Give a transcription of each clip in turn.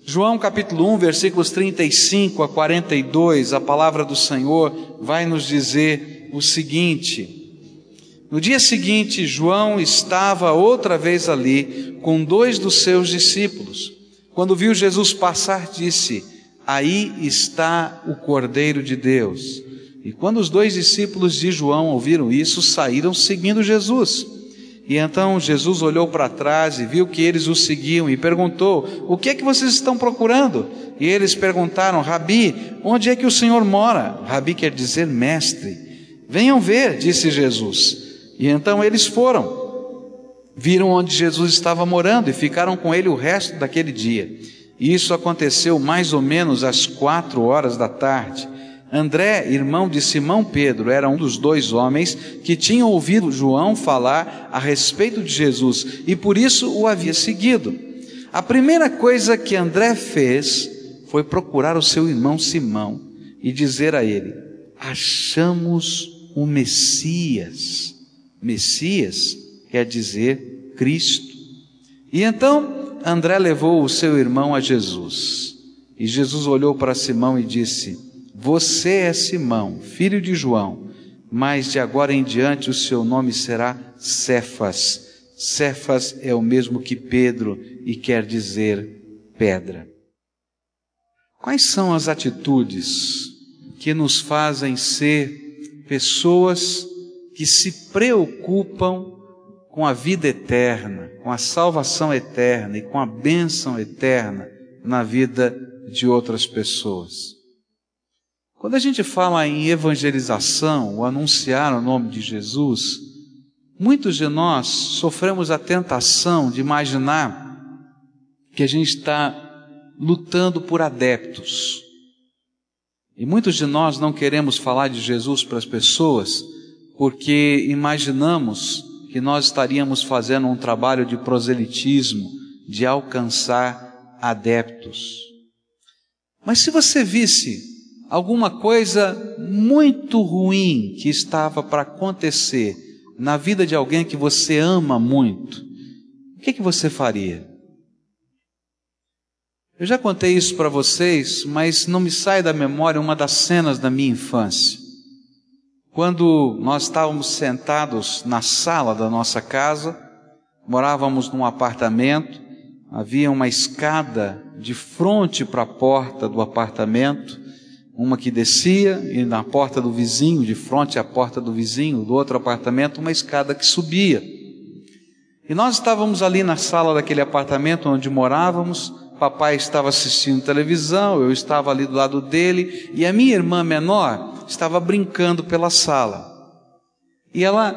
João capítulo 1, versículos 35 a 42, a palavra do Senhor vai nos dizer o seguinte: no dia seguinte, João estava outra vez ali com 2 dos seus discípulos. Quando viu Jesus passar, disse: aí está o Cordeiro de Deus. E quando os 2 discípulos de João ouviram isso, saíram seguindo Jesus. E então Jesus olhou para trás e viu que eles o seguiam e perguntou: o que é que vocês estão procurando? E eles perguntaram: Rabi, onde é que o Senhor mora? Rabi quer dizer mestre. Venham ver, disse Jesus. E então eles foram, viram onde Jesus estava morando e ficaram com ele o resto daquele dia. E isso aconteceu mais ou menos às 4 da tarde. André, irmão de Simão Pedro, era um dos 2 homens que tinham ouvido João falar a respeito de Jesus e por isso o havia seguido. A primeira coisa que André fez foi procurar o seu irmão Simão e dizer a ele: achamos o Messias. Messias quer dizer Cristo. E então André levou o seu irmão a Jesus. E Jesus olhou para Simão e disse: você é Simão, filho de João, mas de agora em diante o seu nome será Cefas. Cefas é o mesmo que Pedro e quer dizer pedra. Quais são as atitudes que nos fazem ser pessoas que se preocupam com a vida eterna, com a salvação eterna e com a bênção eterna na vida de outras pessoas? Quando a gente fala em evangelização, ou anunciar o nome de Jesus, muitos de nós sofremos a tentação de imaginar que a gente está lutando por adeptos. E muitos de nós não queremos falar de Jesus para as pessoas porque imaginamos que nós estaríamos fazendo um trabalho de proselitismo, de alcançar adeptos. Mas se você visse alguma coisa muito ruim que estava para acontecer na vida de alguém que você ama muito, o que você faria? Eu já contei isso para vocês, mas não me sai da memória uma das cenas da minha infância. Quando nós estávamos sentados na sala da nossa casa, morávamos num apartamento, havia uma escada de frente para a porta do apartamento, uma que descia, e na porta do vizinho, de frente à porta do vizinho, do outro apartamento, uma escada que subia. E nós estávamos ali na sala daquele apartamento onde morávamos, papai estava assistindo televisão, eu estava ali do lado dele, e a minha irmã menor estava brincando pela sala. E ela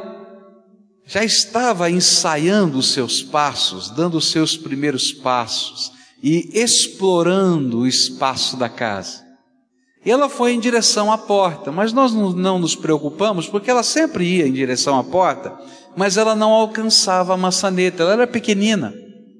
já estava ensaiando os seus passos, dando os seus primeiros passos, e explorando o espaço da casa. E ela foi em direção à porta, mas nós não nos preocupamos, porque ela sempre ia em direção à porta, mas ela não alcançava a maçaneta, ela era pequenina.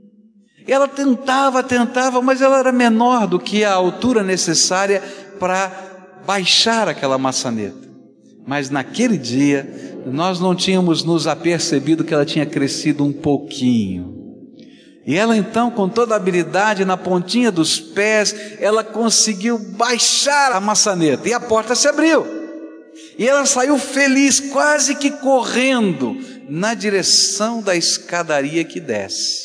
E ela tentava, mas ela era menor do que a altura necessária para baixar aquela maçaneta. Mas naquele dia, nós não tínhamos nos apercebido que ela tinha crescido um pouquinho. E ela então, com toda a habilidade, na pontinha dos pés, ela conseguiu baixar a maçaneta e a porta se abriu. E ela saiu feliz, quase que correndo, na direção da escadaria que desce.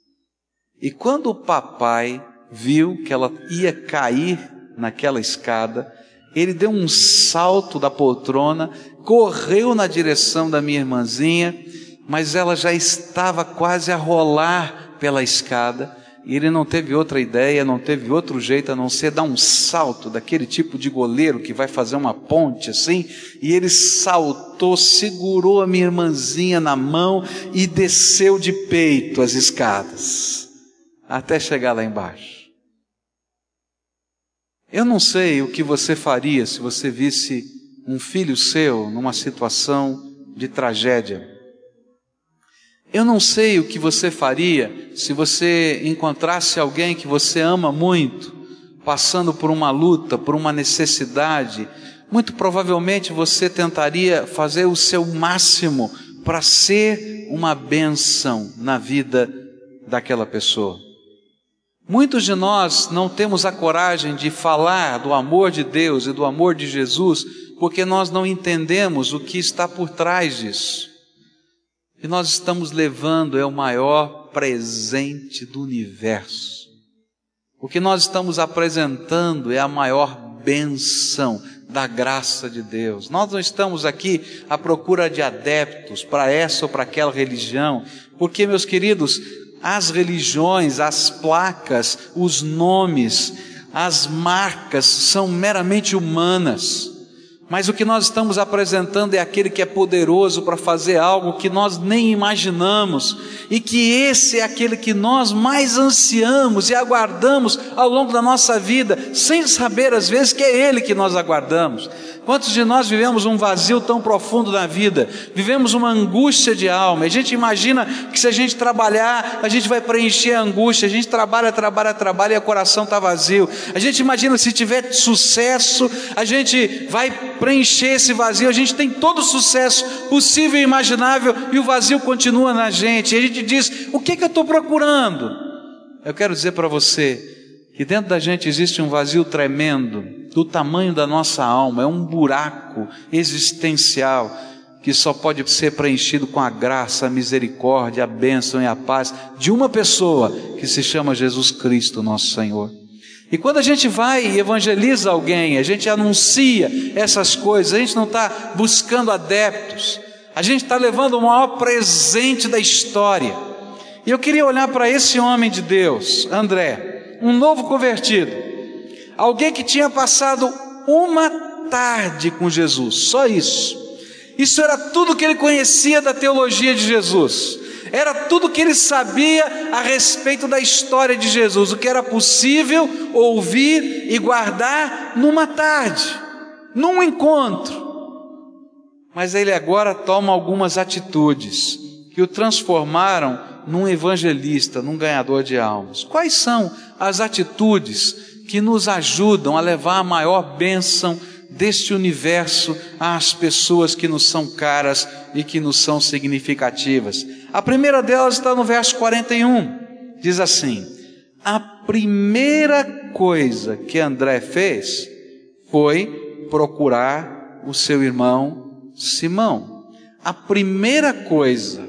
E quando o papai viu que ela ia cair naquela escada, ele deu um salto da poltrona, correu na direção da minha irmãzinha, mas ela já estava quase a rolar pela escada, e ele não teve outra ideia, não teve outro jeito a não ser dar um salto, daquele tipo de goleiro que vai fazer uma ponte assim, e ele saltou, segurou a minha irmãzinha na mão e desceu de peito as escadas, até chegar lá embaixo. Eu não sei o que você faria se você visse um filho seu numa situação de tragédia. Eu não sei o que você faria se você encontrasse alguém que você ama muito, passando por uma luta, por uma necessidade. Muito provavelmente você tentaria fazer o seu máximo para ser uma bênção na vida daquela pessoa. Muitos de nós não temos a coragem de falar do amor de Deus e do amor de Jesus, porque nós não entendemos o que está por trás disso. E nós estamos levando o maior presente do universo. O que nós estamos apresentando é a maior bênção da graça de Deus. Nós não estamos aqui à procura de adeptos para essa ou para aquela religião, porque, meus queridos, as religiões, as placas, os nomes, as marcas são meramente humanas. Mas o que nós estamos apresentando é aquele que é poderoso para fazer algo que nós nem imaginamos, e que esse é aquele que nós mais ansiamos e aguardamos ao longo da nossa vida, sem saber às vezes que é Ele que nós aguardamos. Quantos de nós vivemos um vazio tão profundo na vida, vivemos uma angústia de alma, a gente imagina que se a gente trabalhar, a gente vai preencher a angústia, a gente trabalha e o coração está vazio, a gente imagina se tiver sucesso, a gente vai preencher esse vazio, a gente tem todo o sucesso possível e imaginável, e o vazio continua na gente, e a gente diz, o que eu estou procurando? Eu quero dizer para você, que dentro da gente existe um vazio tremendo, do tamanho da nossa alma, é um buraco existencial, que só pode ser preenchido com a graça, a misericórdia, a bênção e a paz de uma pessoa, que se chama Jesus Cristo, nosso Senhor. E quando a gente vai e evangeliza alguém, a gente anuncia essas coisas, a gente não está buscando adeptos, a gente está levando o maior presente da história. E eu queria olhar para esse homem de Deus, André, um novo convertido, alguém que tinha passado uma tarde com Jesus, só isso. Isso era tudo que ele conhecia da teologia de Jesus, era tudo que ele sabia a respeito da história de Jesus, o que era possível ouvir e guardar numa tarde, num encontro. Mas ele agora toma algumas atitudes que o transformaram num evangelista, num ganhador de almas. Quais são as atitudes que nos ajudam a levar a maior bênção deste universo às pessoas que nos são caras e que nos são significativas? A primeira delas está no verso 41, diz assim: a primeira coisa que André fez foi procurar o seu irmão Simão. A primeira coisa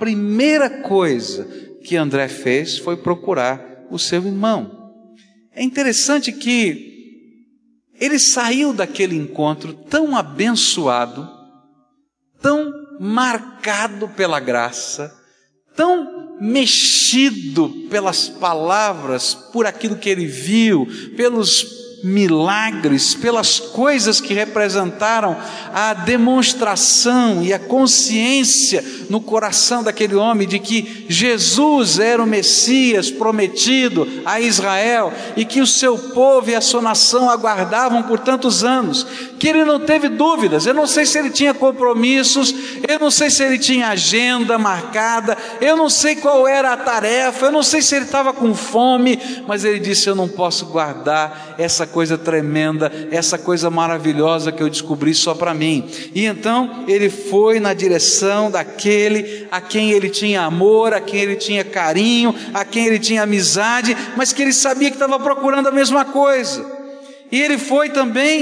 que André fez foi procurar o seu irmão. É interessante que ele saiu daquele encontro tão abençoado, tão marcado pela graça, tão mexido pelas palavras, por aquilo que ele viu, pelos milagres, pelas coisas que representaram a demonstração e a consciência no coração daquele homem de que Jesus era o Messias prometido a Israel e que o seu povo e a sua nação aguardavam por tantos anos, que ele não teve dúvidas. Eu não sei se ele tinha compromissos, eu não sei se ele tinha agenda marcada, eu não sei qual era a tarefa, eu não sei se ele estava com fome, mas ele disse: eu não posso guardar essa coisa tremenda, essa coisa maravilhosa que eu descobri só para mim. E então ele foi na direção daquele a quem ele tinha amor, a quem ele tinha carinho, a quem ele tinha amizade, mas que ele sabia que estava procurando a mesma coisa. E ele foi também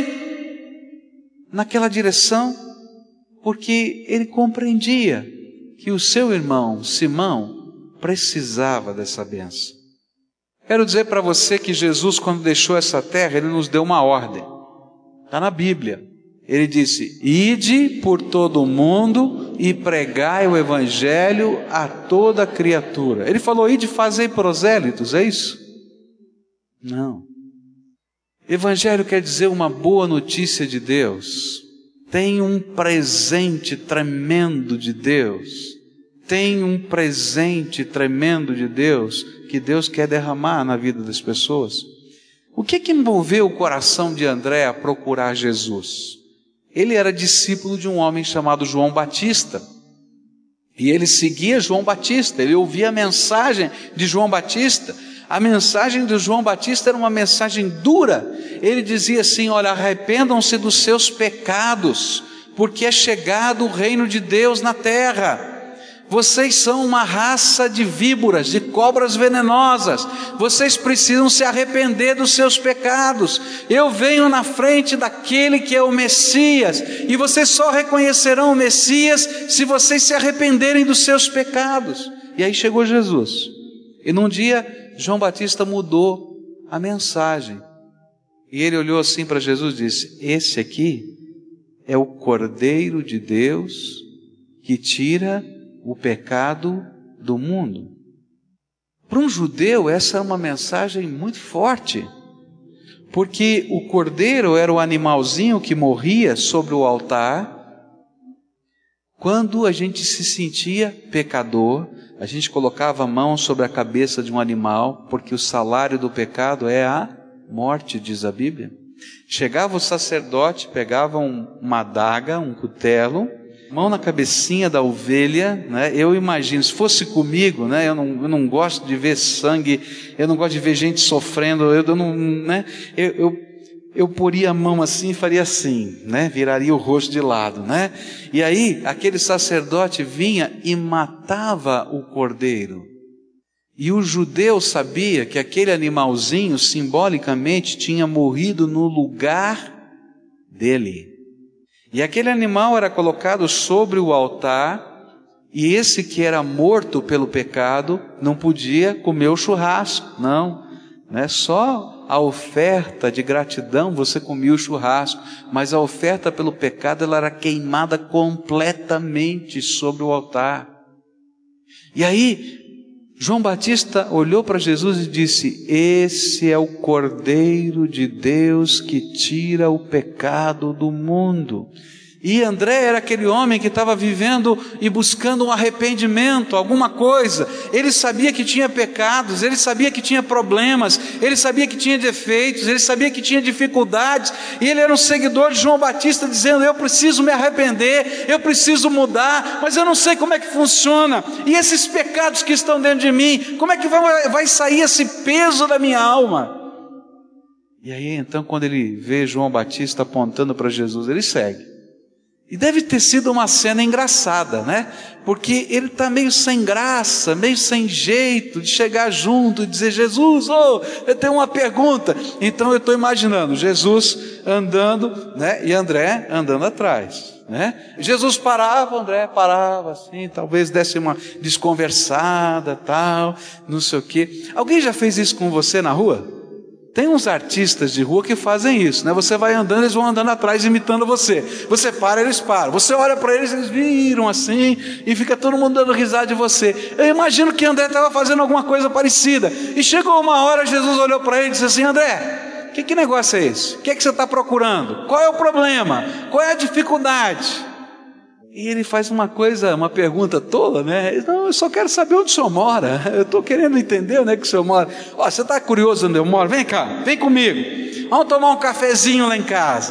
naquela direção porque ele compreendia que o seu irmão Simão precisava dessa bênção. Quero dizer para você que Jesus, quando deixou essa terra, ele nos deu uma ordem. Está na Bíblia. Ele disse: ide por todo o mundo e pregai o evangelho a toda criatura. Ele falou: ide fazei prosélitos, é isso? Não. Evangelho quer dizer uma boa notícia de Deus. Tem um presente tremendo de Deus. Tem um presente tremendo de Deus que Deus quer derramar na vida das pessoas. O que envolveu o coração de André a procurar Jesus? Ele era discípulo de um homem chamado João Batista. E ele seguia João Batista, ele ouvia a mensagem de João Batista. A mensagem de João Batista era uma mensagem dura. Ele dizia assim: olha, arrependam-se dos seus pecados, porque é chegado o reino de Deus na terra. Vocês são uma raça de víboras, de cobras venenosas. Vocês precisam se arrepender dos seus pecados. Eu venho na frente daquele que é o Messias, e vocês só reconhecerão o Messias se vocês se arrependerem dos seus pecados. E aí chegou Jesus. E num dia, João Batista mudou a mensagem. E ele olhou assim para Jesus e disse: esse aqui é o Cordeiro de Deus que tira o pecado do mundo. Para um judeu, essa é uma mensagem muito forte, porque o cordeiro era o animalzinho que morria sobre o altar. Quando a gente se sentia pecador, a gente colocava a mão sobre a cabeça de um animal, porque o salário do pecado é a morte, diz a Bíblia. Chegava o sacerdote, pegava uma adaga, um cutelo, mão na cabecinha da ovelha, né? Eu imagino, se fosse comigo, né? Eu não gosto de ver sangue, eu não gosto de ver gente sofrendo, eu poria a mão assim e faria assim, né? Viraria o rosto de lado, né? E aí, aquele sacerdote vinha e matava o cordeiro. E o judeu sabia que aquele animalzinho, simbolicamente, tinha morrido no lugar dele. E aquele animal era colocado sobre o altar, e esse que era morto pelo pecado não podia comer o churrasco, não, né? Só a oferta de gratidão você comia o churrasco, mas a oferta pelo pecado ela era queimada completamente sobre o altar. E aí João Batista olhou para Jesus e disse: esse é o Cordeiro de Deus que tira o pecado do mundo. E André era aquele homem que estava vivendo e buscando um arrependimento, alguma coisa. Ele sabia que tinha pecados, ele sabia que tinha problemas, ele sabia que tinha defeitos, ele sabia que tinha dificuldades. E ele era um seguidor de João Batista, dizendo: eu preciso me arrepender, eu preciso mudar, mas eu não sei como é que funciona. E esses pecados que estão dentro de mim, como é que vai sair esse peso da minha alma? E aí então, quando ele vê João Batista apontando para Jesus, ele segue. E deve ter sido uma cena engraçada, né? Porque ele está meio sem graça, meio sem jeito de chegar junto e dizer: Jesus, eu tenho uma pergunta. Então eu estou imaginando Jesus andando, né? E André andando atrás, né? Jesus parava, André parava assim, talvez desse uma desconversada, tal, não sei o quê. Alguém já fez isso com você na rua? Tem uns artistas de rua que fazem isso, né? Você vai andando, eles vão andando atrás imitando você. Você para, eles param. Você olha para eles, eles viram assim, e fica todo mundo dando risada de você. Eu imagino que André estava fazendo alguma coisa parecida. E chegou uma hora, Jesus olhou para ele e disse assim: André, que negócio é esse? O que é que você está procurando? Qual é o problema? Qual é a dificuldade? E ele faz uma pergunta tola, né? Não, eu só quero saber onde o senhor mora. Eu estou querendo entender onde é que o senhor mora. Você está curioso onde eu moro? Vem cá, vem comigo. Vamos tomar um cafezinho lá em casa.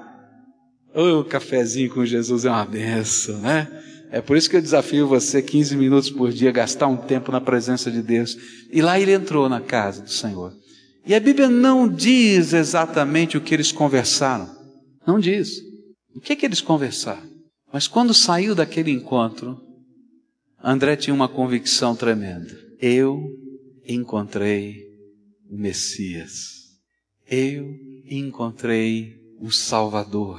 O cafezinho com Jesus é uma benção, né? É por isso que eu desafio você, 15 minutos por dia, gastar um tempo na presença de Deus. E lá ele entrou na casa do Senhor. E a Bíblia não diz exatamente o que eles conversaram. Não diz. O que eles conversaram? Mas quando saiu daquele encontro, André tinha uma convicção tremenda. Eu encontrei o Messias. Eu encontrei o Salvador.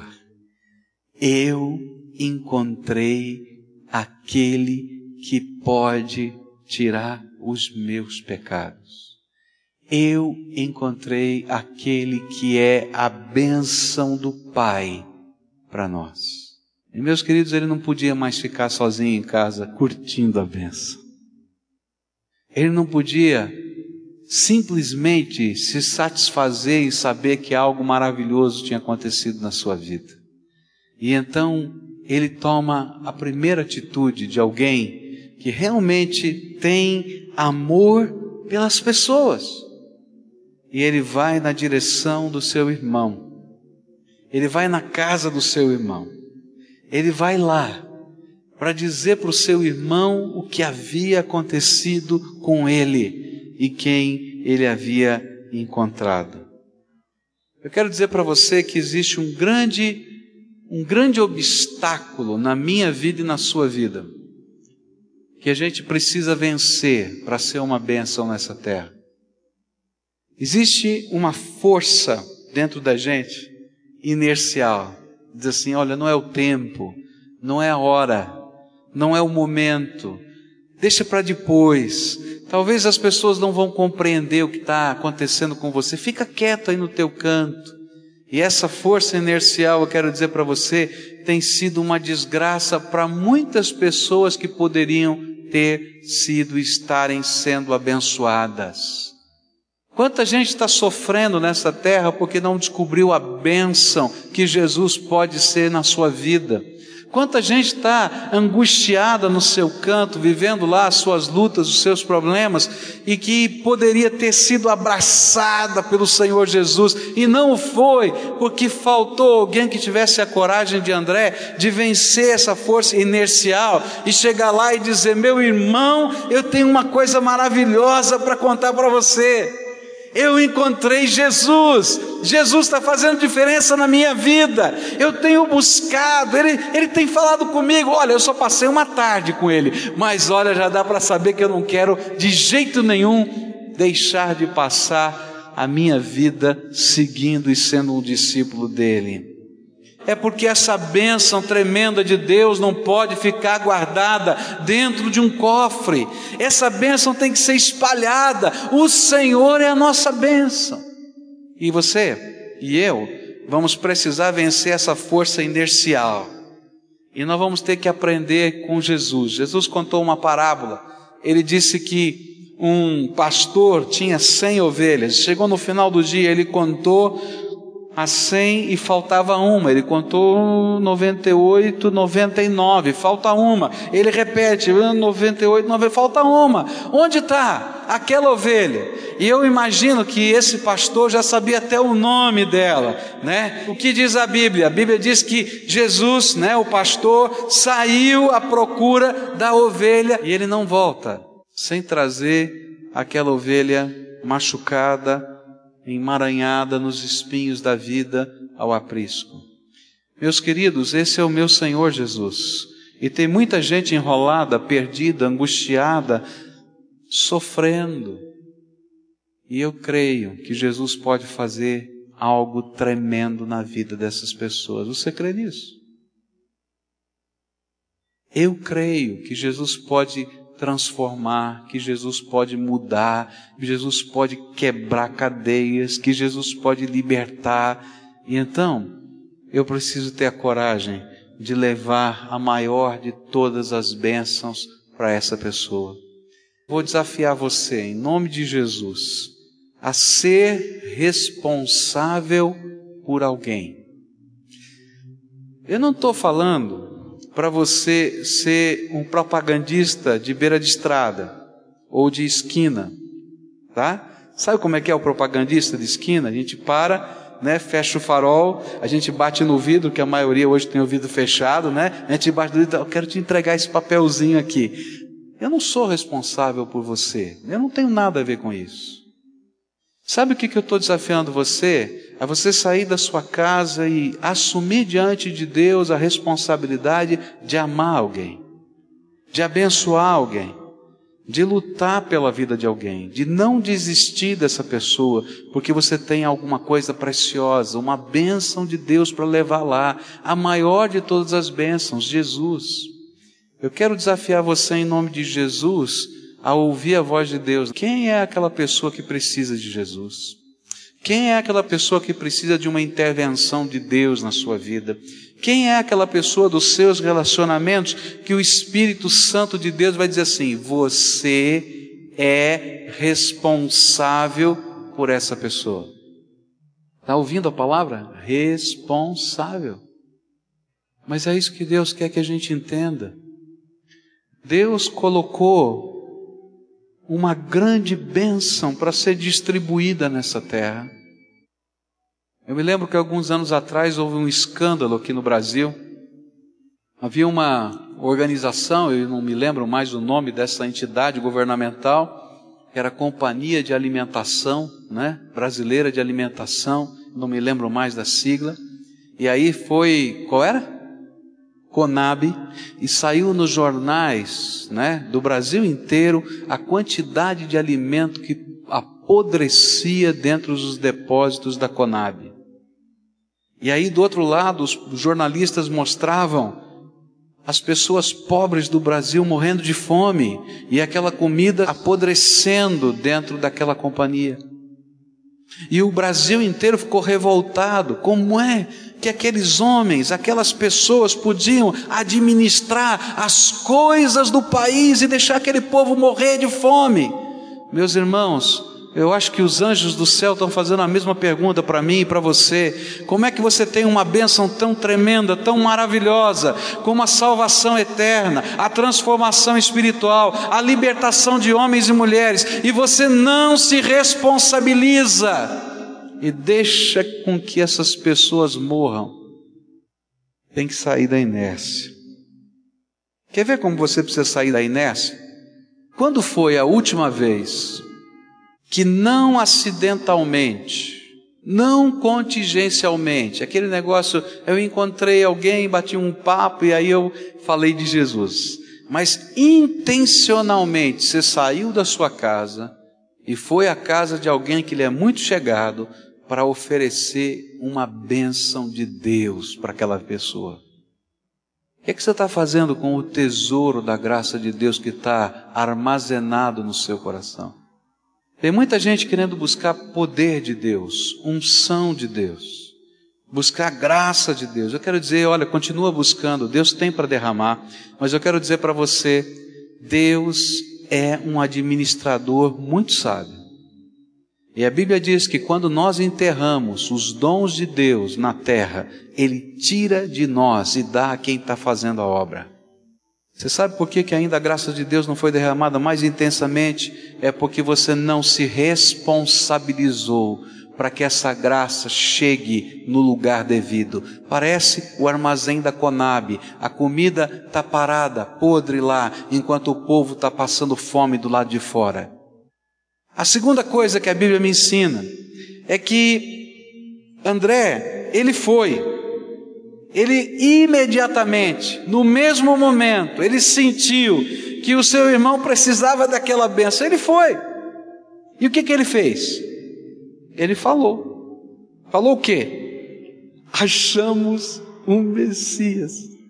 Eu encontrei aquele que pode tirar os meus pecados. Eu encontrei aquele que é a bênção do Pai para nós. E meus queridos, ele não podia mais ficar sozinho em casa curtindo a bênção. Ele não podia simplesmente se satisfazer em saber que algo maravilhoso tinha acontecido na sua vida. E então ele toma a primeira atitude de alguém que realmente tem amor pelas pessoas. E ele vai na direção do seu irmão. Ele vai na casa do seu irmão. Ele vai lá para dizer para o seu irmão o que havia acontecido com ele e quem ele havia encontrado. Eu quero dizer para você que existe um grande obstáculo na minha vida e na sua vida. que a gente precisa vencer para ser uma bênção nessa terra. Existe uma força dentro da gente, inercial. Diz assim, olha, não é o tempo, não é a hora, não é o momento, deixa para depois. Talvez as pessoas não vão compreender o que está acontecendo com você. Fica quieto aí no teu canto. E essa força inercial, eu quero dizer para você, tem sido uma desgraça para muitas pessoas que poderiam ter sido e estarem sendo abençoadas. Quanta gente está sofrendo nessa terra porque não descobriu a bênção que Jesus pode ser na sua vida. Quanta gente está angustiada no seu canto, vivendo lá as suas lutas, os seus problemas, e que poderia ter sido abraçada pelo Senhor Jesus, e não o foi, porque faltou alguém que tivesse a coragem de André, de vencer essa força inercial, e chegar lá e dizer, meu irmão, eu tenho uma coisa maravilhosa para contar para você. Eu encontrei Jesus, Jesus está fazendo diferença na minha vida, eu tenho buscado, Ele tem falado comigo, olha, eu só passei uma tarde com Ele, mas olha, já dá para saber que eu não quero de jeito nenhum deixar de passar a minha vida seguindo e sendo um discípulo dEle. É porque essa bênção tremenda de Deus não pode ficar guardada dentro de um cofre. Essa bênção tem que ser espalhada. O Senhor é a nossa bênção. E você e eu vamos precisar vencer essa força inercial. E nós vamos ter que aprender com Jesus. Jesus contou uma parábola. Ele disse que um pastor tinha 100 ovelhas. Chegou no final do dia, ele contou a 100 e faltava uma. Ele contou 98, 99, falta uma. Ele repete, 98, 90, falta uma. Onde está aquela ovelha? E eu imagino que esse pastor já sabia até o nome dela, né? O que diz a Bíblia? A Bíblia diz que Jesus, né, o pastor, saiu à procura da ovelha e ele não volta sem trazer aquela ovelha machucada, emaranhada nos espinhos da vida ao aprisco. Meus queridos, esse é o meu Senhor Jesus. E tem muita gente enrolada, perdida, angustiada, sofrendo. E eu creio que Jesus pode fazer algo tremendo na vida dessas pessoas. Você crê nisso? Eu creio que Jesus pode transformar, que Jesus pode mudar, que Jesus pode quebrar cadeias, que Jesus pode libertar. E então, eu preciso ter a coragem de levar a maior de todas as bênçãos para essa pessoa. Vou desafiar você, em nome de Jesus, a ser responsável por alguém. Eu não estou falando para você ser um propagandista de beira de estrada ou de esquina, tá? Sabe como é que é o propagandista de esquina? A gente para, né, fecha o farol, a gente bate no vidro, que a maioria hoje tem o vidro fechado, né? A gente bate no vidro, eu quero te entregar esse papelzinho aqui. Eu não sou responsável por você, eu não tenho nada a ver com isso. Sabe o que eu estou desafiando você? É você sair da sua casa e assumir diante de Deus a responsabilidade de amar alguém, de abençoar alguém, de lutar pela vida de alguém, de não desistir dessa pessoa, porque você tem alguma coisa preciosa, uma bênção de Deus para levar lá, a maior de todas as bênçãos, Jesus. Eu quero desafiar você em nome de Jesus a ouvir a voz de Deus. Quem é aquela pessoa que precisa de Jesus? Quem é aquela pessoa que precisa de uma intervenção de Deus na sua vida? Quem é aquela pessoa dos seus relacionamentos que o Espírito Santo de Deus vai dizer assim, você é responsável por essa pessoa? Está ouvindo a palavra? Responsável. Mas é isso que Deus quer que a gente entenda. Deus colocou uma grande bênção para ser distribuída nessa terra. Eu me lembro que alguns anos atrás houve um escândalo aqui no Brasil. Havia uma organização, eu não me lembro mais o nome dessa entidade governamental, que era a Companhia de Alimentação, né? Brasileira de Alimentação, não me lembro mais da sigla. E aí foi, qual era? Conab, e saiu nos jornais, né, do Brasil inteiro a quantidade de alimento que apodrecia dentro dos depósitos da Conab. E aí do outro lado os jornalistas mostravam as pessoas pobres do Brasil morrendo de fome e aquela comida apodrecendo dentro daquela companhia. E o Brasil inteiro ficou revoltado. Como é que aqueles homens, aquelas pessoas podiam administrar as coisas do país e deixar aquele povo morrer de fome? Meus irmãos, eu acho que os anjos do céu estão fazendo a mesma pergunta para mim e para você. Como é que você tem uma bênção tão tremenda, tão maravilhosa, como a salvação eterna, a transformação espiritual, a libertação de homens e mulheres, e você não se responsabiliza e deixa com que essas pessoas morram? Tem que sair da inércia. Quer ver como você precisa sair da inércia? Quando foi a última vez que não acidentalmente, não contingencialmente, aquele negócio, eu encontrei alguém, bati um papo e aí eu falei de Jesus, mas intencionalmente você saiu da sua casa e foi à casa de alguém que lhe é muito chegado para oferecer uma bênção de Deus para aquela pessoa? O que é que você está fazendo com o tesouro da graça de Deus que está armazenado no seu coração? Tem muita gente querendo buscar poder de Deus, unção de Deus, buscar graça de Deus. Eu quero dizer, olha, continua buscando, Deus tem para derramar, mas eu quero dizer para você, Deus é um administrador muito sábio. E a Bíblia diz que quando nós enterramos os dons de Deus na terra, Ele tira de nós e dá a quem está fazendo a obra. Você sabe por que ainda a graça de Deus não foi derramada mais intensamente? É porque você não se responsabilizou para que essa graça chegue no lugar devido. Parece o armazém da Conab, a comida está parada, podre lá, enquanto o povo está passando fome do lado de fora. A segunda coisa que a Bíblia me ensina é que André, ele imediatamente, no mesmo momento, ele sentiu que o seu irmão precisava daquela bênção, ele foi. E o que ele fez? Ele falou. Falou o quê? Achamos um Messias.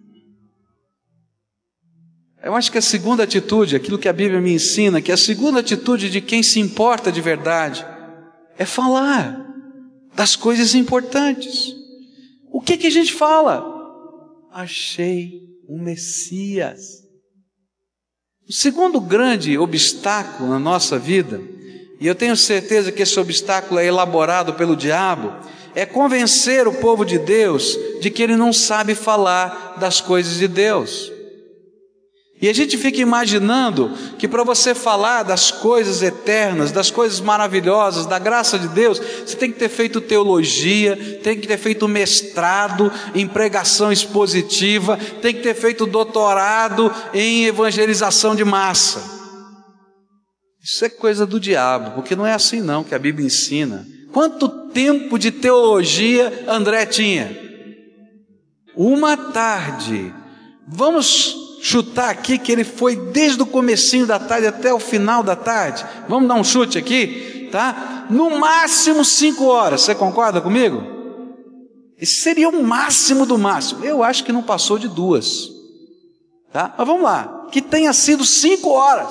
Eu acho que a segunda atitude, aquilo que a Bíblia me ensina, que a segunda atitude de quem se importa de verdade, é falar das coisas importantes. O que a gente fala? Achei um Messias. O segundo grande obstáculo na nossa vida, e eu tenho certeza que esse obstáculo é elaborado pelo diabo, é convencer o povo de Deus de que ele não sabe falar das coisas de Deus. E a gente fica imaginando que para você falar das coisas eternas, das coisas maravilhosas, da graça de Deus, você tem que ter feito teologia, tem que ter feito mestrado em pregação expositiva, tem que ter feito doutorado em evangelização de massa. Isso é coisa do diabo, porque não é assim não que a Bíblia ensina. Quanto tempo de teologia André tinha? Uma tarde. Vamos chutar aqui que ele foi desde o comecinho da tarde até o final da tarde. Vamos dar um chute aqui, tá? No máximo 5 horas, você concorda comigo? Esse seria o máximo do máximo. Eu acho que não passou de 2, tá? Mas vamos lá, que tenha sido 5 horas.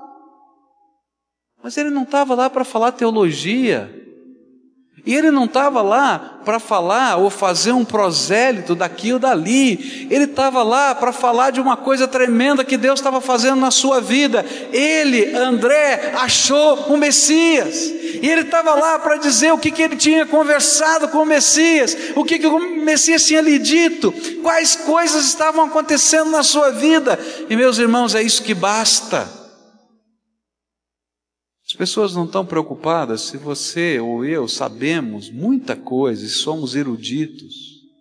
Mas ele não estava lá para falar teologia. E ele não estava lá para falar ou fazer um prosélito daqui ou dali. Ele estava lá para falar de uma coisa tremenda que Deus estava fazendo na sua vida. Ele, André, achou o Messias. E ele estava lá para dizer o que ele tinha conversado com o Messias, o que o Messias tinha lhe dito, quais coisas estavam acontecendo na sua vida. E meus irmãos, é isso que basta. As pessoas não estão preocupadas se você ou eu sabemos muita coisa e somos eruditos.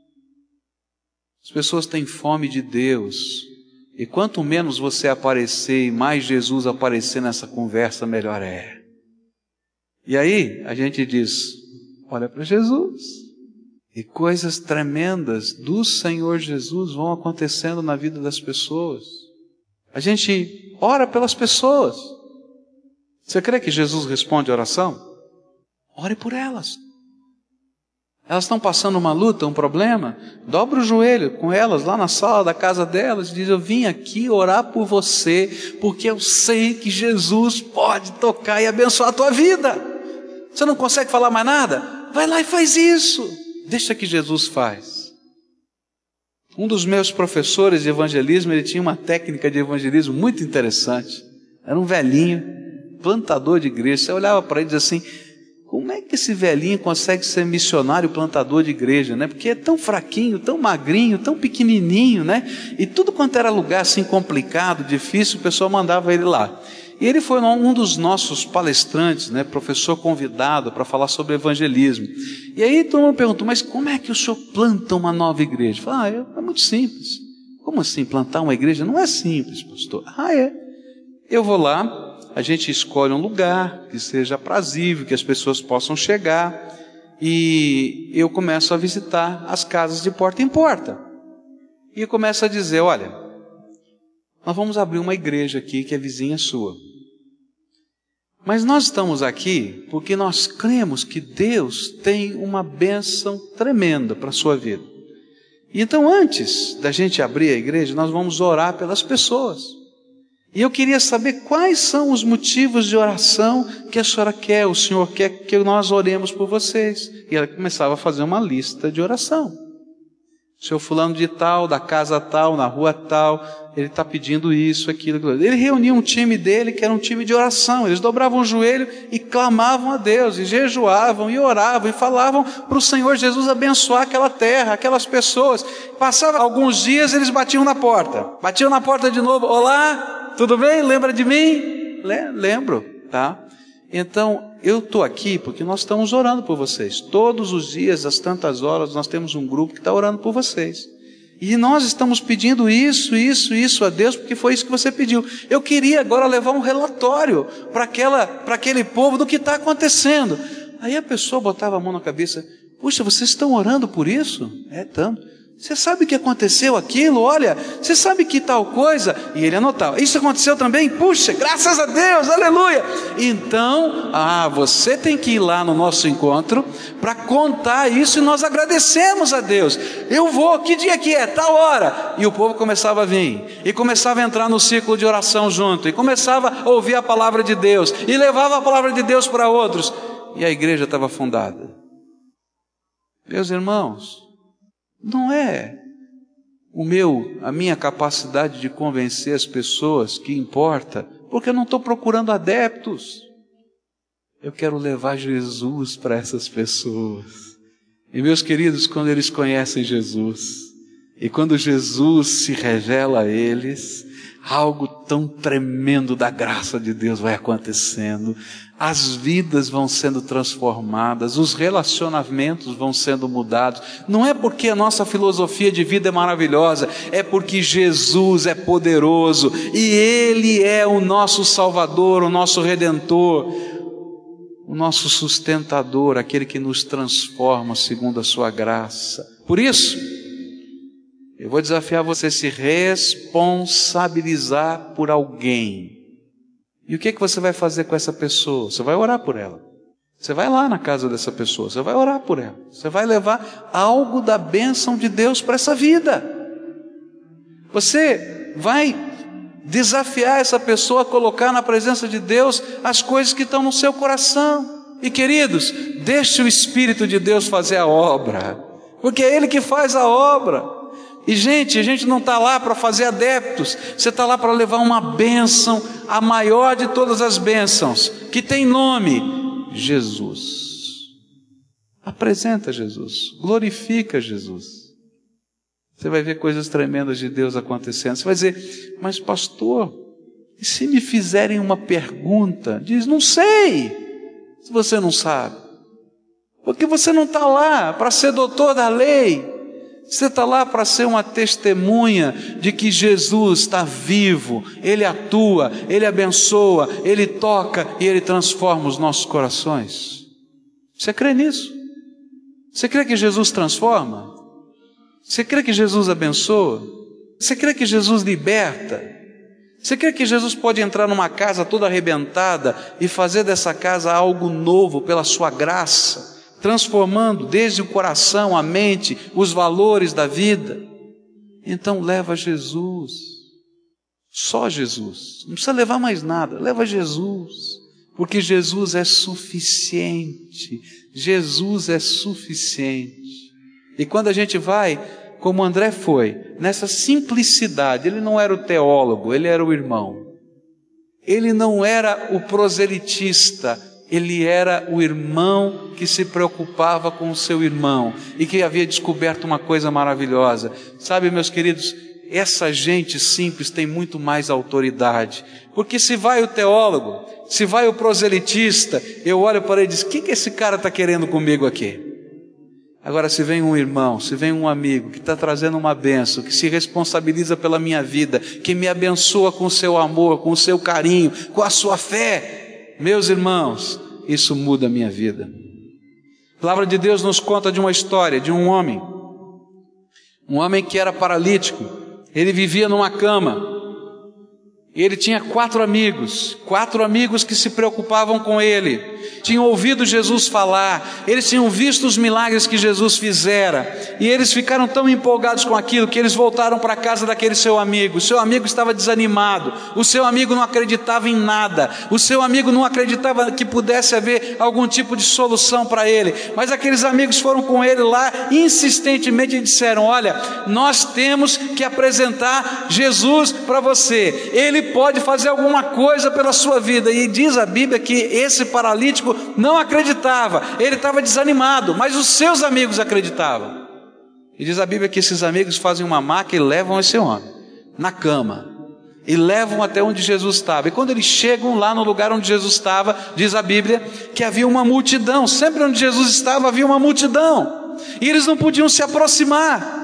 As pessoas têm fome de Deus. E quanto menos você aparecer e mais Jesus aparecer nessa conversa, melhor é. E aí a gente diz, olha para Jesus. E coisas tremendas do Senhor Jesus vão acontecendo na vida das pessoas. A gente ora pelas pessoas. Você crê que Jesus responde a oração? Ore por elas. Elas estão passando uma luta, um problema, dobra o joelho com elas lá na sala da casa delas e diz: eu vim aqui orar por você, porque eu sei que Jesus pode tocar e abençoar a tua vida. Você não consegue falar mais nada? Vai lá e faz isso. Deixa que Jesus faz. Um dos meus professores de evangelismo, ele tinha uma técnica de evangelismo muito interessante. Era um velhinho, plantador de igreja. Você olhava para ele e dizia assim: como é que esse velhinho consegue ser missionário plantador de igreja, né? Porque é tão fraquinho, tão magrinho, tão pequenininho, né? E tudo quanto era lugar assim complicado, difícil, o pessoal mandava ele lá. E ele foi um dos nossos palestrantes, né? Professor convidado para falar sobre evangelismo. E aí todo mundo perguntou: mas como é que o senhor planta uma nova igreja? Eu falei: é muito simples. Como assim plantar uma igreja? Não é simples, pastor. É. Eu vou lá, a gente escolhe um lugar que seja aprazível, que as pessoas possam chegar, e eu começo a visitar as casas de porta em porta. E eu começo a dizer: olha, nós vamos abrir uma igreja aqui que é vizinha sua. Mas nós estamos aqui porque nós cremos que Deus tem uma bênção tremenda para a sua vida. E então, antes da gente abrir a igreja, nós vamos orar pelas pessoas. E eu queria saber quais são os motivos de oração que a senhora quer, o senhor quer que nós oremos por vocês. E ela começava a fazer uma lista de oração. O senhor fulano de tal, da casa tal, na rua tal, ele está pedindo isso, aquilo. Ele reunia um time dele, que era um time de oração. Eles dobravam o joelho e clamavam a Deus, e jejuavam, e oravam, e falavam para o Senhor Jesus abençoar aquela terra, aquelas pessoas. Passava alguns dias, eles batiam na porta. Batiam na porta de novo: olá, tudo bem? Lembra de mim? Lembro, tá? Então, eu estou aqui porque nós estamos orando por vocês. Todos os dias, às tantas horas, nós temos um grupo que está orando por vocês. E nós estamos pedindo isso a Deus, porque foi isso que você pediu. Eu queria agora levar um relatório para aquele povo do que está acontecendo. Aí a pessoa botava a mão na cabeça: puxa, vocês estão orando por isso? Estamos. Você sabe que aconteceu aquilo? Olha, você sabe que tal coisa? E ele anotava: isso aconteceu também? Puxa, graças a Deus, aleluia! Então, você tem que ir lá no nosso encontro para contar isso, e nós agradecemos a Deus. Eu vou, que dia que é? Tal hora. E o povo começava a vir, e começava a entrar no círculo de oração junto, e começava a ouvir a palavra de Deus, e levava a palavra de Deus para outros, e a igreja estava fundada. Meus irmãos, não é a minha capacidade de convencer as pessoas que importa, porque eu não estou procurando adeptos. Eu quero levar Jesus para essas pessoas. E meus queridos, quando eles conhecem Jesus, e quando Jesus se revela a eles, algo tão tremendo da graça de Deus vai acontecendo. As vidas vão sendo transformadas, os relacionamentos vão sendo mudados. Não é porque a nossa filosofia de vida é maravilhosa, é porque Jesus é poderoso e Ele é o nosso Salvador, o nosso Redentor, o nosso sustentador, aquele que nos transforma segundo a sua graça. Por isso, eu vou desafiar você a se responsabilizar por alguém. E o que você vai fazer com essa pessoa? Você vai orar por ela. Você vai lá na casa dessa pessoa, você vai orar por ela. Você vai levar algo da bênção de Deus para essa vida. Você vai desafiar essa pessoa a colocar na presença de Deus as coisas que estão no seu coração. E queridos, deixe o Espírito de Deus fazer a obra, porque é Ele que faz a obra. E gente, a gente não está lá para fazer adeptos, você está lá para levar uma bênção, a maior de todas as bênçãos, que tem nome: Jesus. Apresenta Jesus, glorifica Jesus. Você vai ver coisas tremendas de Deus acontecendo. Você vai dizer: mas pastor, e se me fizerem uma pergunta? Diz: não sei, se você não sabe, porque você não está lá para ser doutor da lei. Você está lá para ser uma testemunha de que Jesus está vivo, Ele atua, Ele abençoa, Ele toca e Ele transforma os nossos corações. Você crê nisso? Você crê que Jesus transforma? Você crê que Jesus abençoa? Você crê que Jesus liberta? Você crê que Jesus pode entrar numa casa toda arrebentada e fazer dessa casa algo novo pela sua graça, transformando desde o coração, a mente, os valores da vida? Então leva Jesus, só Jesus, não precisa levar mais nada, leva Jesus, porque Jesus é suficiente, Jesus é suficiente. E quando a gente vai, como André foi, nessa simplicidade, ele não era o teólogo, ele era o irmão, ele não era o proselitista, ele era o irmão que se preocupava com o seu irmão e que havia descoberto uma coisa maravilhosa. Sabe, meus queridos, essa gente simples tem muito mais autoridade, porque se vai o teólogo, se vai o proselitista, eu olho para ele e digo: o que esse cara está querendo comigo aqui? Agora, se vem um irmão, se vem um amigo que está trazendo uma bênção, que se responsabiliza pela minha vida, que me abençoa com o seu amor, com o seu carinho, com a sua fé, meus irmãos, isso muda a minha vida. A palavra de Deus nos conta de uma história de um homem que era paralítico. Ele vivia numa cama. Ele tinha 4 amigos que se preocupavam com ele, tinham ouvido Jesus falar, eles tinham visto os milagres que Jesus fizera, e eles ficaram tão empolgados com aquilo que eles voltaram para a casa daquele seu amigo. O seu amigo estava desanimado, o seu amigo não acreditava em nada, o seu amigo não acreditava que pudesse haver algum tipo de solução para ele, mas aqueles amigos foram com ele lá insistentemente e disseram: olha, nós temos que apresentar Jesus para você, ele pode fazer alguma coisa pela sua vida. E diz a Bíblia que esse paralítico não acreditava, ele estava desanimado, mas os seus amigos acreditavam. E diz a Bíblia que esses amigos fazem uma maca e levam esse homem na cama, e levam até onde Jesus estava. E quando eles chegam lá no lugar onde Jesus estava, diz a Bíblia que havia uma multidão. Sempre onde Jesus estava havia uma multidão, e eles não podiam se aproximar.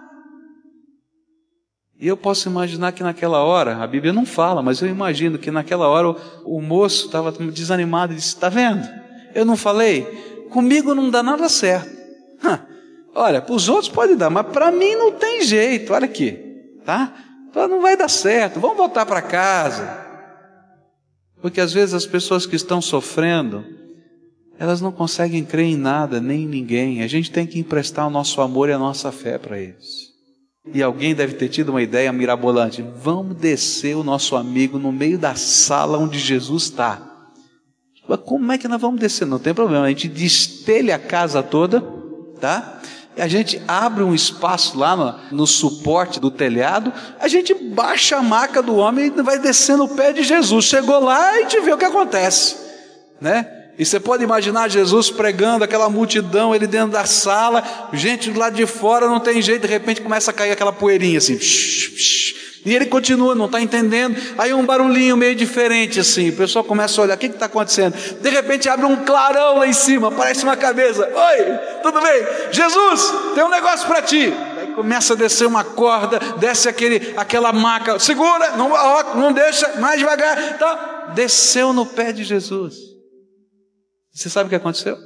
E eu posso imaginar que naquela hora, a Bíblia não fala, mas eu imagino que naquela hora o moço estava desanimado e disse: está vendo? Eu não falei? Comigo não dá nada certo. Olha, para os outros pode dar, mas para mim não tem jeito, olha aqui, tá? Não vai dar certo, vamos voltar para casa. Porque às vezes as pessoas que estão sofrendo, elas não conseguem crer em nada, nem em ninguém. A gente tem que emprestar o nosso amor e a nossa fé para eles. E alguém deve ter tido uma ideia mirabolante: vamos descer o nosso amigo no meio da sala onde Jesus está. Mas como é que nós vamos descer? Não tem problema, a gente destelha a casa toda, tá? A gente abre um espaço lá no suporte do telhado, a gente baixa a maca do homem e vai descendo o pé de Jesus. Chegou lá, a gente vê o que acontece, né? E você pode imaginar Jesus pregando, aquela multidão, ele dentro da sala, gente do lado de fora, não tem jeito, de repente começa a cair aquela poeirinha assim, e ele continua, não está entendendo. Aí um barulhinho meio diferente assim, o pessoal começa a olhar: o que está acontecendo? De repente abre um clarão lá em cima, aparece uma cabeça: oi, tudo bem? Jesus, tem um negócio para ti. Aí começa a descer uma corda, desce aquela maca, segura, não deixa, mais devagar, tá? Desceu no pé de Jesus. Você sabe o que aconteceu?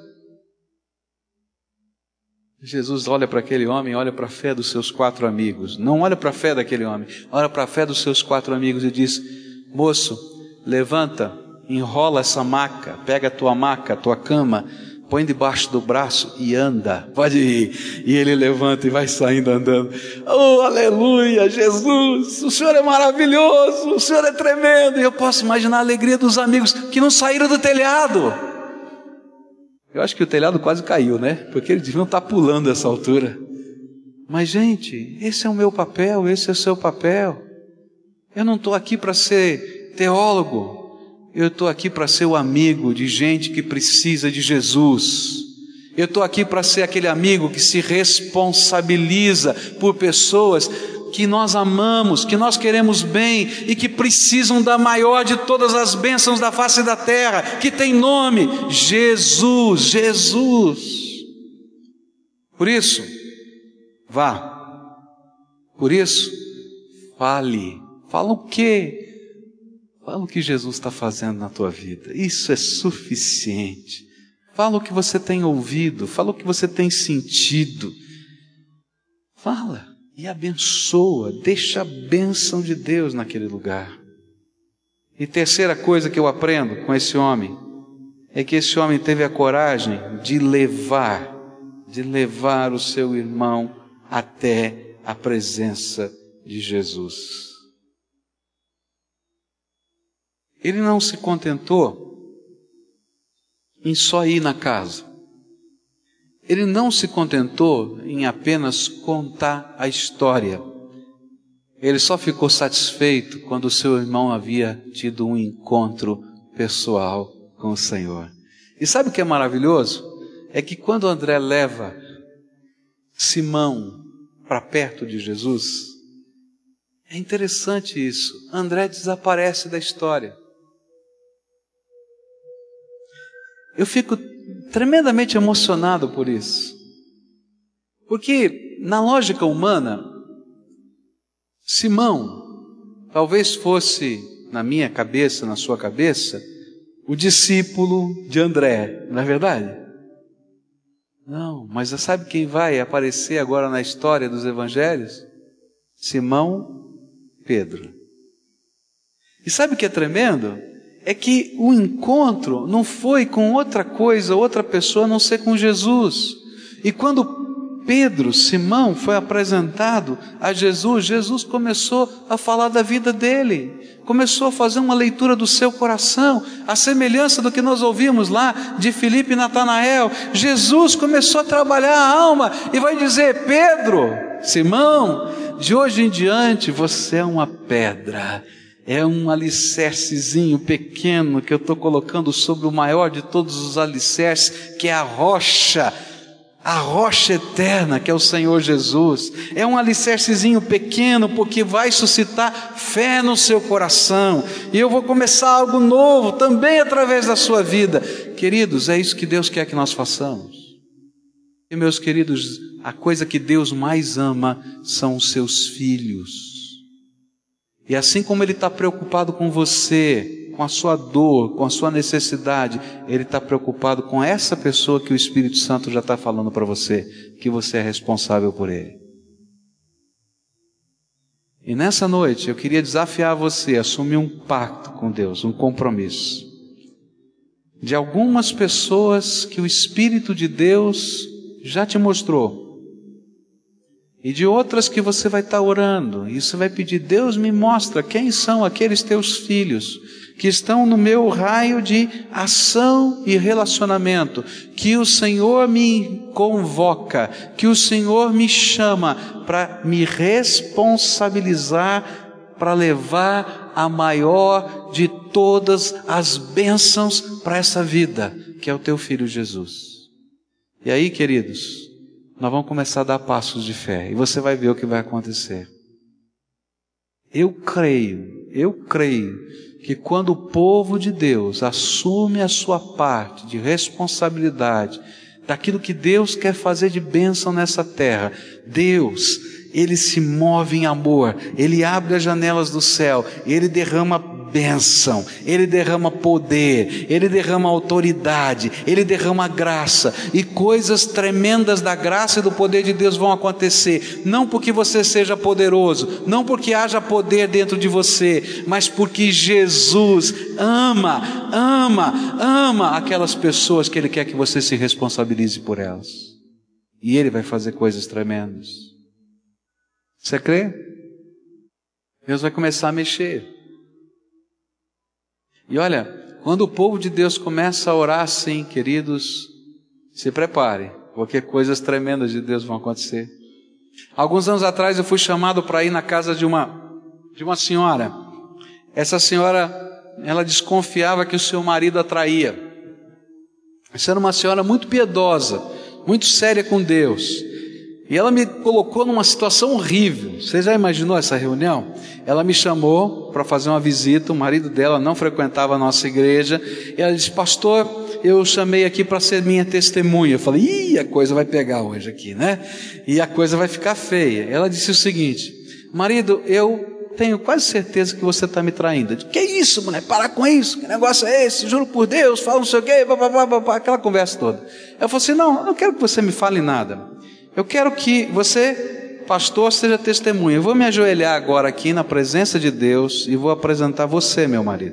Jesus olha para aquele homem, olha para a fé dos seus 4 amigos. Não olha para a fé daquele homem, olha para a fé dos seus 4 amigos e diz: moço, levanta, enrola essa maca, pega a tua maca, a tua cama, põe debaixo do braço e anda, pode ir. E ele levanta e vai saindo andando. Oh, aleluia, Jesus, o Senhor é maravilhoso, o Senhor é tremendo. E eu posso imaginar a alegria dos amigos que não saíram do telhado. Eu acho que o telhado quase caiu, né? Porque eles deviam estar pulando essa altura. Mas, gente, esse é o meu papel, esse é o seu papel. Eu não estou aqui para ser teólogo. Eu estou aqui para ser o amigo de gente que precisa de Jesus. Eu estou aqui para ser aquele amigo que se responsabiliza por pessoas que nós amamos, que nós queremos bem e que precisam da maior de todas as bênçãos da face da terra, que tem nome: Jesus, Jesus. Por isso, vá. Por isso, fale. Fala o quê? Fala o que Jesus está fazendo na tua vida. Isso é suficiente. Fala o que você tem ouvido, fala o que você tem sentido. Fala e abençoa, deixa a bênção de Deus naquele lugar. E terceira coisa que eu aprendo com esse homem, é que esse homem teve a coragem de levar o seu irmão até a presença de Jesus. Ele não se contentou em só ir na casa. Ele não se contentou em apenas contar a história. Ele só ficou satisfeito quando o seu irmão havia tido um encontro pessoal com o Senhor. E sabe o que é maravilhoso? É que quando André leva Simão para perto de Jesus, é interessante isso. André desaparece da história. Eu fico tremendamente emocionado por isso. Porque, na lógica humana, Simão talvez fosse, na minha cabeça, na sua cabeça, o discípulo de André, não é verdade? Não, mas sabe quem vai aparecer agora na história dos evangelhos? Simão Pedro. E sabe o que é tremendo? É que o encontro não foi com outra coisa, outra pessoa, a não ser com Jesus. E quando Simão foi apresentado a Jesus, Jesus começou a falar da vida dele, começou a fazer uma leitura do seu coração, a semelhança do que nós ouvimos lá de Filipe e Natanael. Jesus começou a trabalhar a alma e vai dizer: Pedro, Simão, de hoje em diante você é uma pedra, é um alicercezinho pequeno que eu estou colocando sobre o maior de todos os alicerces, que é a rocha eterna, que é o Senhor Jesus. É um alicercezinho pequeno, porque vai suscitar fé no seu coração, e eu vou começar algo novo também através da sua vida. Queridos, é isso que Deus quer que nós façamos. E meus queridos, a coisa que Deus mais ama são os seus filhos. E assim como Ele está preocupado com você, com a sua dor, com a sua necessidade, Ele está preocupado com essa pessoa que o Espírito Santo já está falando para você, que você é responsável por ele. E nessa noite eu queria desafiar você a assumir um pacto com Deus, um compromisso, de algumas pessoas que o Espírito de Deus já te mostrou, e de outras que você vai estar orando, e você vai pedir: Deus, me mostra quem são aqueles teus filhos que estão no meu raio de ação e relacionamento, que o Senhor me convoca, que o Senhor me chama para me responsabilizar, para levar a maior de todas as bênçãos para essa vida, que é o teu filho Jesus. E aí, queridos, nós vamos começar a dar passos de fé, e você vai ver o que vai acontecer. Eu creio que quando o povo de Deus assume a sua parte de responsabilidade daquilo que Deus quer fazer de bênção nessa terra, Deus, Ele se move em amor, Ele abre as janelas do céu, Ele derrama bênção, Ele derrama poder, Ele derrama autoridade, Ele derrama graça, e coisas tremendas da graça e do poder de Deus vão acontecer, não porque você seja poderoso, não porque haja poder dentro de você, mas porque Jesus ama aquelas pessoas que Ele quer que você se responsabilize por elas, e Ele vai fazer coisas tremendas. Você crê? Deus vai começar a mexer. E olha, quando o povo de Deus começa a orar assim, queridos, se prepare, porque coisas tremendas de Deus vão acontecer. Alguns anos atrás eu fui chamado para ir na casa de uma senhora. Essa senhora, ela desconfiava que o seu marido a traía. Essa era uma senhora muito piedosa, muito séria com Deus. E ela me colocou numa situação horrível. Você já imaginou essa reunião? Ela me chamou para fazer uma visita. O marido dela não frequentava a nossa igreja. E ela disse: pastor, eu chamei aqui para ser minha testemunha. Eu falei: a coisa vai pegar hoje aqui, né? E a coisa vai ficar feia. Ela disse o seguinte: marido, eu tenho quase certeza que você está me traindo. Que isso, mulher? Para com isso, que negócio é esse? Juro por Deus, fala não sei o quê, aquela conversa toda. Eu falei assim, não, eu não quero que você me fale nada. Eu quero que você, pastor, seja testemunha. Eu vou me ajoelhar agora aqui na presença de Deus e vou apresentar você, meu marido.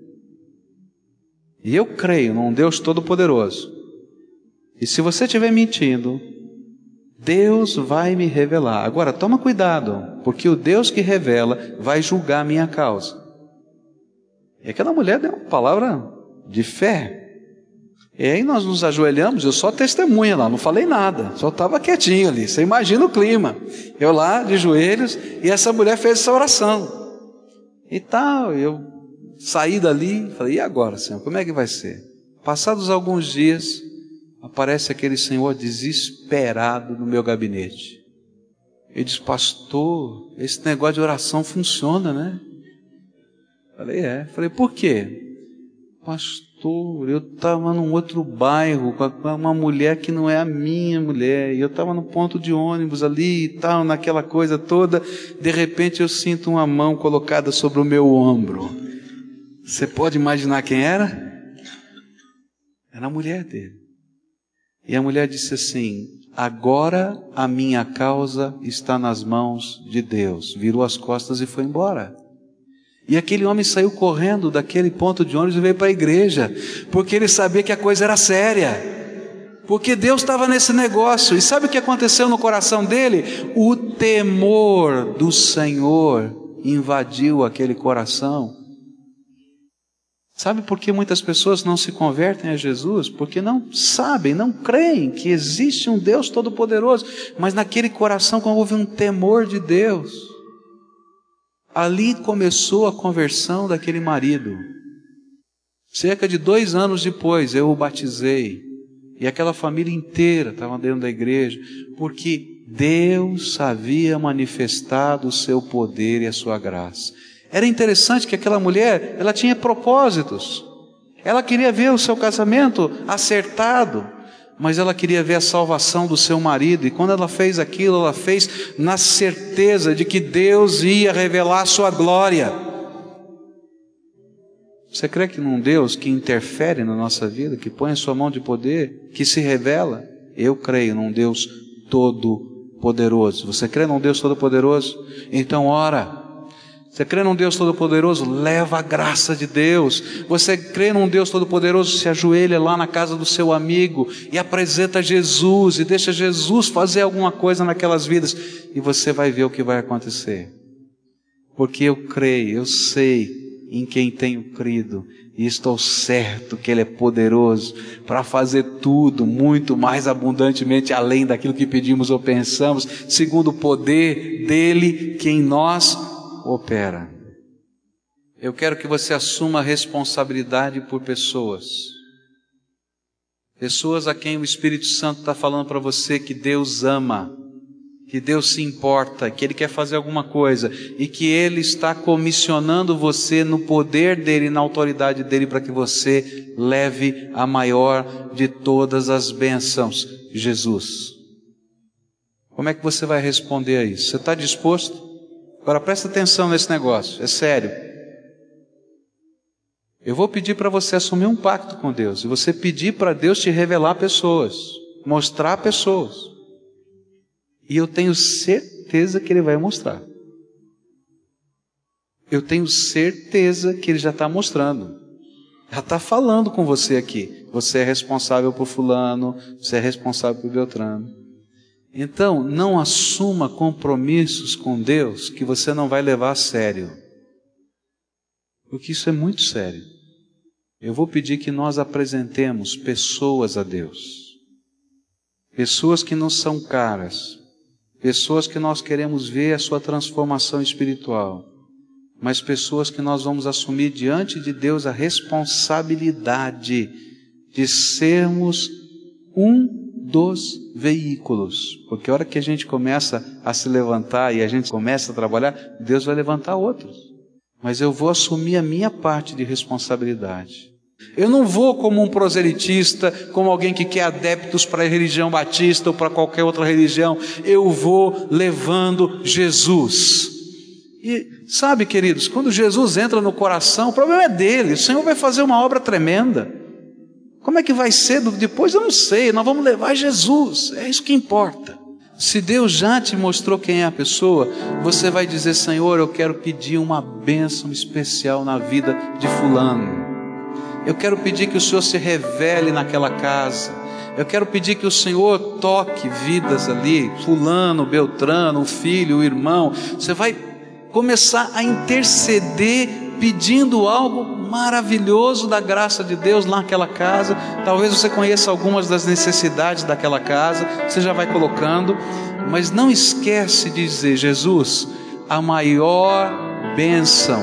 E eu creio num Deus Todo-Poderoso. E se você estiver mentindo, Deus vai me revelar. Agora, toma cuidado, porque o Deus que revela vai julgar a minha causa. E aquela mulher deu uma palavra de fé. E aí nós nos ajoelhamos, eu só testemunha lá, não falei nada, só estava quietinho ali. Você imagina o clima. Eu lá, de joelhos, e essa mulher fez essa oração. E tal, eu saí dali, falei, e agora, Senhor, como é que vai ser? Passados alguns dias, aparece aquele senhor desesperado no meu gabinete. Ele diz, pastor, esse negócio de oração funciona, né? Falei, é. Falei, por quê? Pastor, eu estava num outro bairro com uma mulher que não é a minha mulher, e eu estava no ponto de ônibus ali e tal, naquela coisa toda, de repente eu sinto uma mão colocada sobre o meu ombro. Você pode imaginar quem era? Era a mulher dele. E a mulher disse assim, agora a minha causa está nas mãos de Deus. Virou as costas e foi embora. E aquele homem saiu correndo daquele ponto de ônibus e veio para a igreja, porque ele sabia que a coisa era séria, porque Deus estava nesse negócio. E sabe o que aconteceu no coração dele? O temor do Senhor invadiu aquele coração. Sabe por que muitas pessoas não se convertem a Jesus? Porque não sabem, não creem que existe um Deus Todo-Poderoso, mas naquele coração houve um temor de Deus. Ali começou a conversão daquele marido. Cerca de 2 anos depois eu o batizei, e aquela família inteira estava dentro da igreja, porque Deus havia manifestado o seu poder e a sua graça. Era interessante que aquela mulher, ela tinha propósitos. Ela queria ver o seu casamento acertado, mas ela queria ver a salvação do seu marido. E quando ela fez aquilo, ela fez na certeza de que Deus ia revelar a sua glória. Você crê que num Deus que interfere na nossa vida, que põe a sua mão de poder, que se revela? Eu creio num Deus todo-poderoso. Você crê num Deus todo-poderoso? Então ora. Você crê num Deus Todo-Poderoso? Leva a graça de Deus. Você crê num Deus Todo-Poderoso? Se ajoelha lá na casa do seu amigo e apresenta Jesus e deixa Jesus fazer alguma coisa naquelas vidas, e você vai ver o que vai acontecer. Porque eu creio, eu sei em quem tenho crido, e estou certo que Ele é poderoso para fazer tudo muito mais abundantemente além daquilo que pedimos ou pensamos, segundo o poder dEle que em nós opera. Eu quero que você assuma a responsabilidade por pessoas a quem o Espírito Santo está falando para você que Deus ama, que Deus se importa, que Ele quer fazer alguma coisa e que Ele está comissionando você no poder dEle, na autoridade dEle, para que você leve a maior de todas as bênçãos, Jesus. Como é que você vai responder a isso? Você está disposto? Agora presta atenção nesse negócio, é sério. Eu vou pedir para você assumir um pacto com Deus, e você pedir para Deus te revelar pessoas, mostrar pessoas. E eu tenho certeza que Ele vai mostrar. Eu tenho certeza que Ele já está mostrando. Já está falando com você aqui. Você é responsável por fulano, você é responsável por Beltrano. Então, não assuma compromissos com Deus que você não vai levar a sério. Porque isso é muito sério. Eu vou pedir que nós apresentemos pessoas a Deus. Pessoas que não são caras. Pessoas que nós queremos ver a sua transformação espiritual. Mas pessoas que nós vamos assumir diante de Deus a responsabilidade de sermos um dos veículos, porque a hora que a gente começa a se levantar e a gente começa a trabalhar, Deus vai levantar outros, mas eu vou assumir a minha parte de responsabilidade. Eu não vou como um proselitista, como alguém que quer adeptos para a religião batista ou para qualquer outra religião. Eu vou levando Jesus. E sabe, queridos, quando Jesus entra no coração, o problema é dele. O Senhor vai fazer uma obra tremenda. Como é que vai ser depois? Eu não sei. Nós vamos levar Jesus. É isso que importa. Se Deus já te mostrou quem é a pessoa, você vai dizer: Senhor, eu quero pedir uma bênção especial na vida de fulano. Eu quero pedir que o Senhor se revele naquela casa. Eu quero pedir que o Senhor toque vidas ali, fulano, beltrano, o filho, o irmão. Você vai começar a interceder, pedindo algo maravilhoso da graça de Deus lá naquela casa. Talvez você conheça algumas das necessidades daquela casa, você já vai colocando, mas não esquece de dizer: Jesus, a maior bênção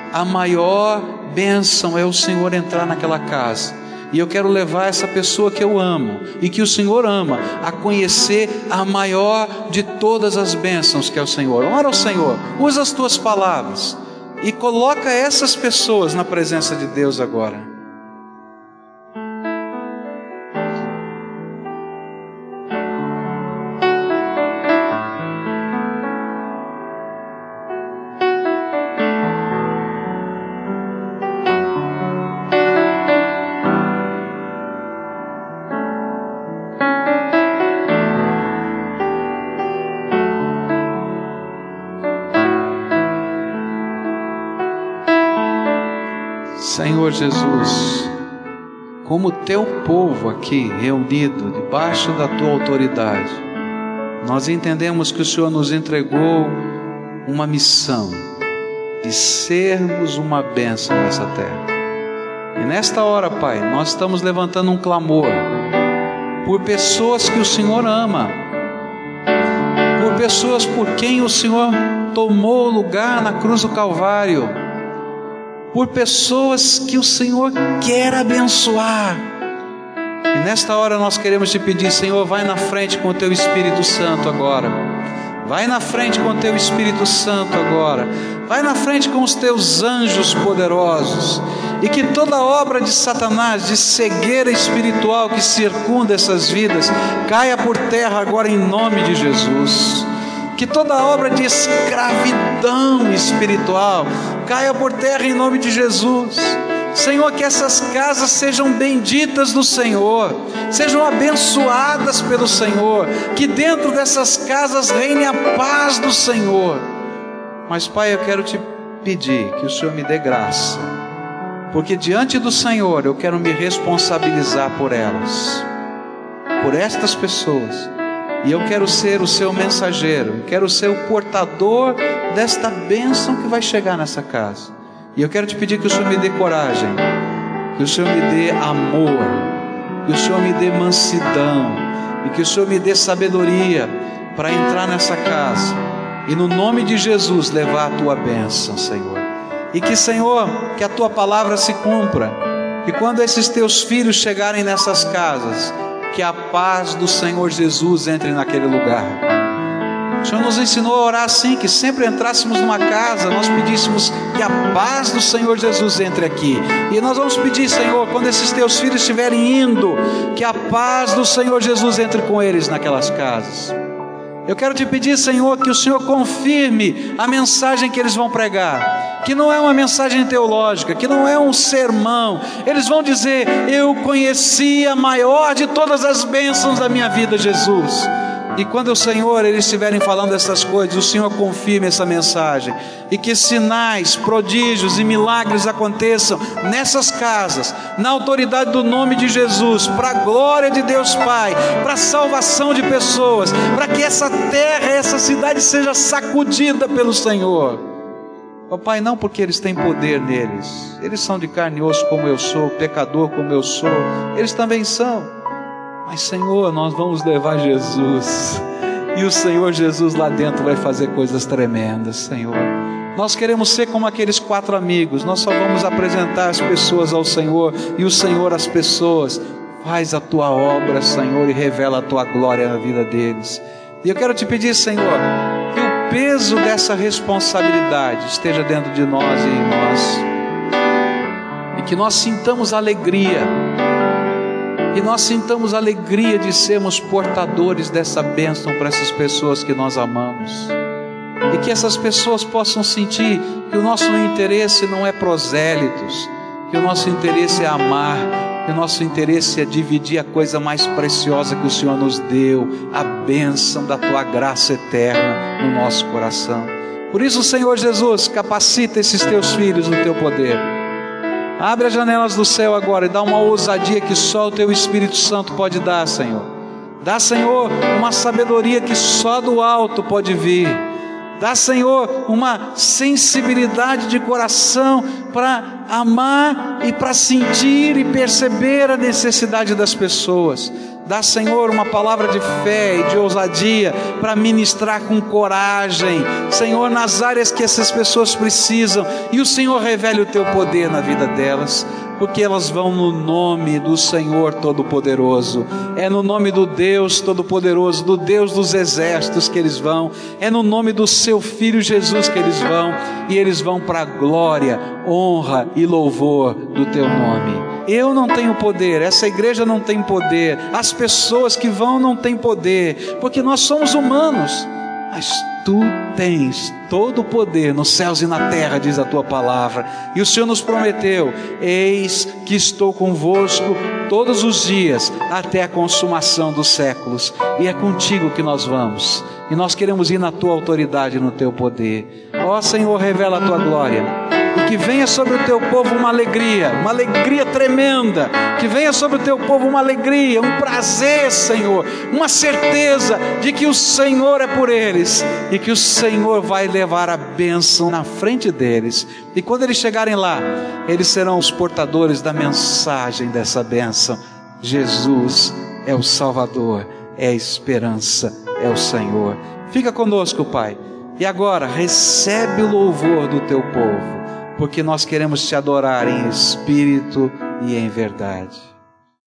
é o Senhor entrar naquela casa. E eu quero levar essa pessoa que eu amo e que o Senhor ama a conhecer a maior de todas as bênçãos, que é o Senhor. Ora ao Senhor, usa as tuas palavras e coloca essas pessoas na presença de Deus agora. Senhor Jesus, como teu povo aqui reunido debaixo da tua autoridade, nós entendemos que o Senhor nos entregou uma missão de sermos uma bênção nessa terra. E nesta hora, Pai, nós estamos levantando um clamor por pessoas que o Senhor ama, por pessoas por quem o Senhor tomou lugar na cruz do Calvário, por pessoas que o Senhor quer abençoar. E nesta hora nós queremos te pedir: Senhor, vai na frente com o teu Espírito Santo agora. Vai na frente com o teu Espírito Santo agora. Vai na frente com os teus anjos poderosos. E que toda obra de Satanás, de cegueira espiritual que circunda essas vidas, caia por terra agora em nome de Jesus. Que toda obra de escravidão espiritual caia por terra em nome de Jesus. Senhor, que essas casas sejam benditas do Senhor, sejam abençoadas pelo Senhor, que dentro dessas casas reine a paz do Senhor. Mas, Pai, eu quero te pedir que o Senhor me dê graça, porque diante do Senhor eu quero me responsabilizar por elas, por estas pessoas. E eu quero ser o seu mensageiro, eu quero ser o portador desta bênção que vai chegar nessa casa. E eu quero te pedir que o Senhor me dê coragem, que o Senhor me dê amor, que o Senhor me dê mansidão, e que o Senhor me dê sabedoria para entrar nessa casa e no nome de Jesus levar a tua bênção, Senhor. E que, Senhor, que a tua palavra se cumpra, que quando esses teus filhos chegarem nessas casas, que a paz do Senhor Jesus entre naquele lugar. O Senhor nos ensinou a orar assim, que sempre entrássemos numa casa, nós pedíssemos que a paz do Senhor Jesus entre aqui. E nós vamos pedir, Senhor, quando esses teus filhos estiverem indo, que a paz do Senhor Jesus entre com eles naquelas casas. Eu quero te pedir, Senhor, que o Senhor confirme a mensagem que eles vão pregar, que não é uma mensagem teológica, que não é um sermão. Eles vão dizer: eu conheci a maior de todas as bênçãos da minha vida, Jesus. E quando o Senhor, eles estiverem falando essas coisas, o Senhor confirme essa mensagem, e que sinais, prodígios e milagres aconteçam nessas casas, na autoridade do nome de Jesus, para a glória de Deus Pai, para a salvação de pessoas, para que essa terra, essa cidade seja sacudida pelo Senhor. Ó Pai, não porque eles têm poder neles, eles são de carne e osso como eu sou, pecador como eu sou, eles também são. Mas, Senhor, nós vamos levar Jesus, e o Senhor Jesus lá dentro vai fazer coisas tremendas, Senhor. Nós queremos ser como aqueles 4 amigos, nós só vamos apresentar as pessoas ao Senhor, e o Senhor as pessoas. Faz a tua obra, Senhor, e revela a tua glória na vida deles. E eu quero te pedir, Senhor, que o peso dessa responsabilidade esteja dentro de nós e em nós, e que nós sintamos alegria, e nós sintamos a alegria de sermos portadores dessa bênção para essas pessoas que nós amamos. e que essas pessoas possam sentir que o nosso interesse não é prosélitos, que o nosso interesse é amar, que o nosso interesse é dividir a coisa mais preciosa que o Senhor nos deu, a bênção da Tua graça eterna no nosso coração. Por isso, Senhor Jesus, capacita esses Teus filhos no Teu poder. Abre as janelas do céu agora e dá uma ousadia que só o Teu Espírito Santo pode dar, Senhor. Dá, Senhor, uma sabedoria que só do alto pode vir. Dá, Senhor, uma sensibilidade de coração para amar e para sentir e perceber a necessidade das pessoas. Dá, Senhor, uma palavra de fé e de ousadia para ministrar com coragem, Senhor, nas áreas que essas pessoas precisam. E o Senhor revele o Teu poder na vida delas, porque elas vão no nome do Senhor Todo-Poderoso. É no nome do Deus Todo-Poderoso, do Deus dos exércitos que eles vão. É no nome do Seu Filho Jesus que eles vão. E eles vão para a glória, honra e louvor do Teu nome. Eu não tenho poder, essa igreja não tem poder, as pessoas que vão não têm poder, porque nós somos humanos. Mas Tu tens todo o poder nos céus e na terra, diz a Tua palavra. E o Senhor nos prometeu: eis que estou convosco todos os dias, até a consumação dos séculos. E é contigo que nós vamos. E nós queremos ir na Tua autoridade, no Teu poder. Ó Senhor, revela a Tua glória. E que venha sobre o Teu povo uma alegria tremenda. Que venha sobre o Teu povo uma alegria, um prazer, Senhor, uma certeza de que o Senhor é por eles e que o Senhor vai levar a bênção na frente deles. E quando eles chegarem lá, eles serão os portadores da mensagem dessa bênção. Jesus é o Salvador, é a esperança, é o Senhor. Fica conosco, Pai. E agora recebe o louvor do Teu povo, porque nós queremos Te adorar em espírito e em verdade.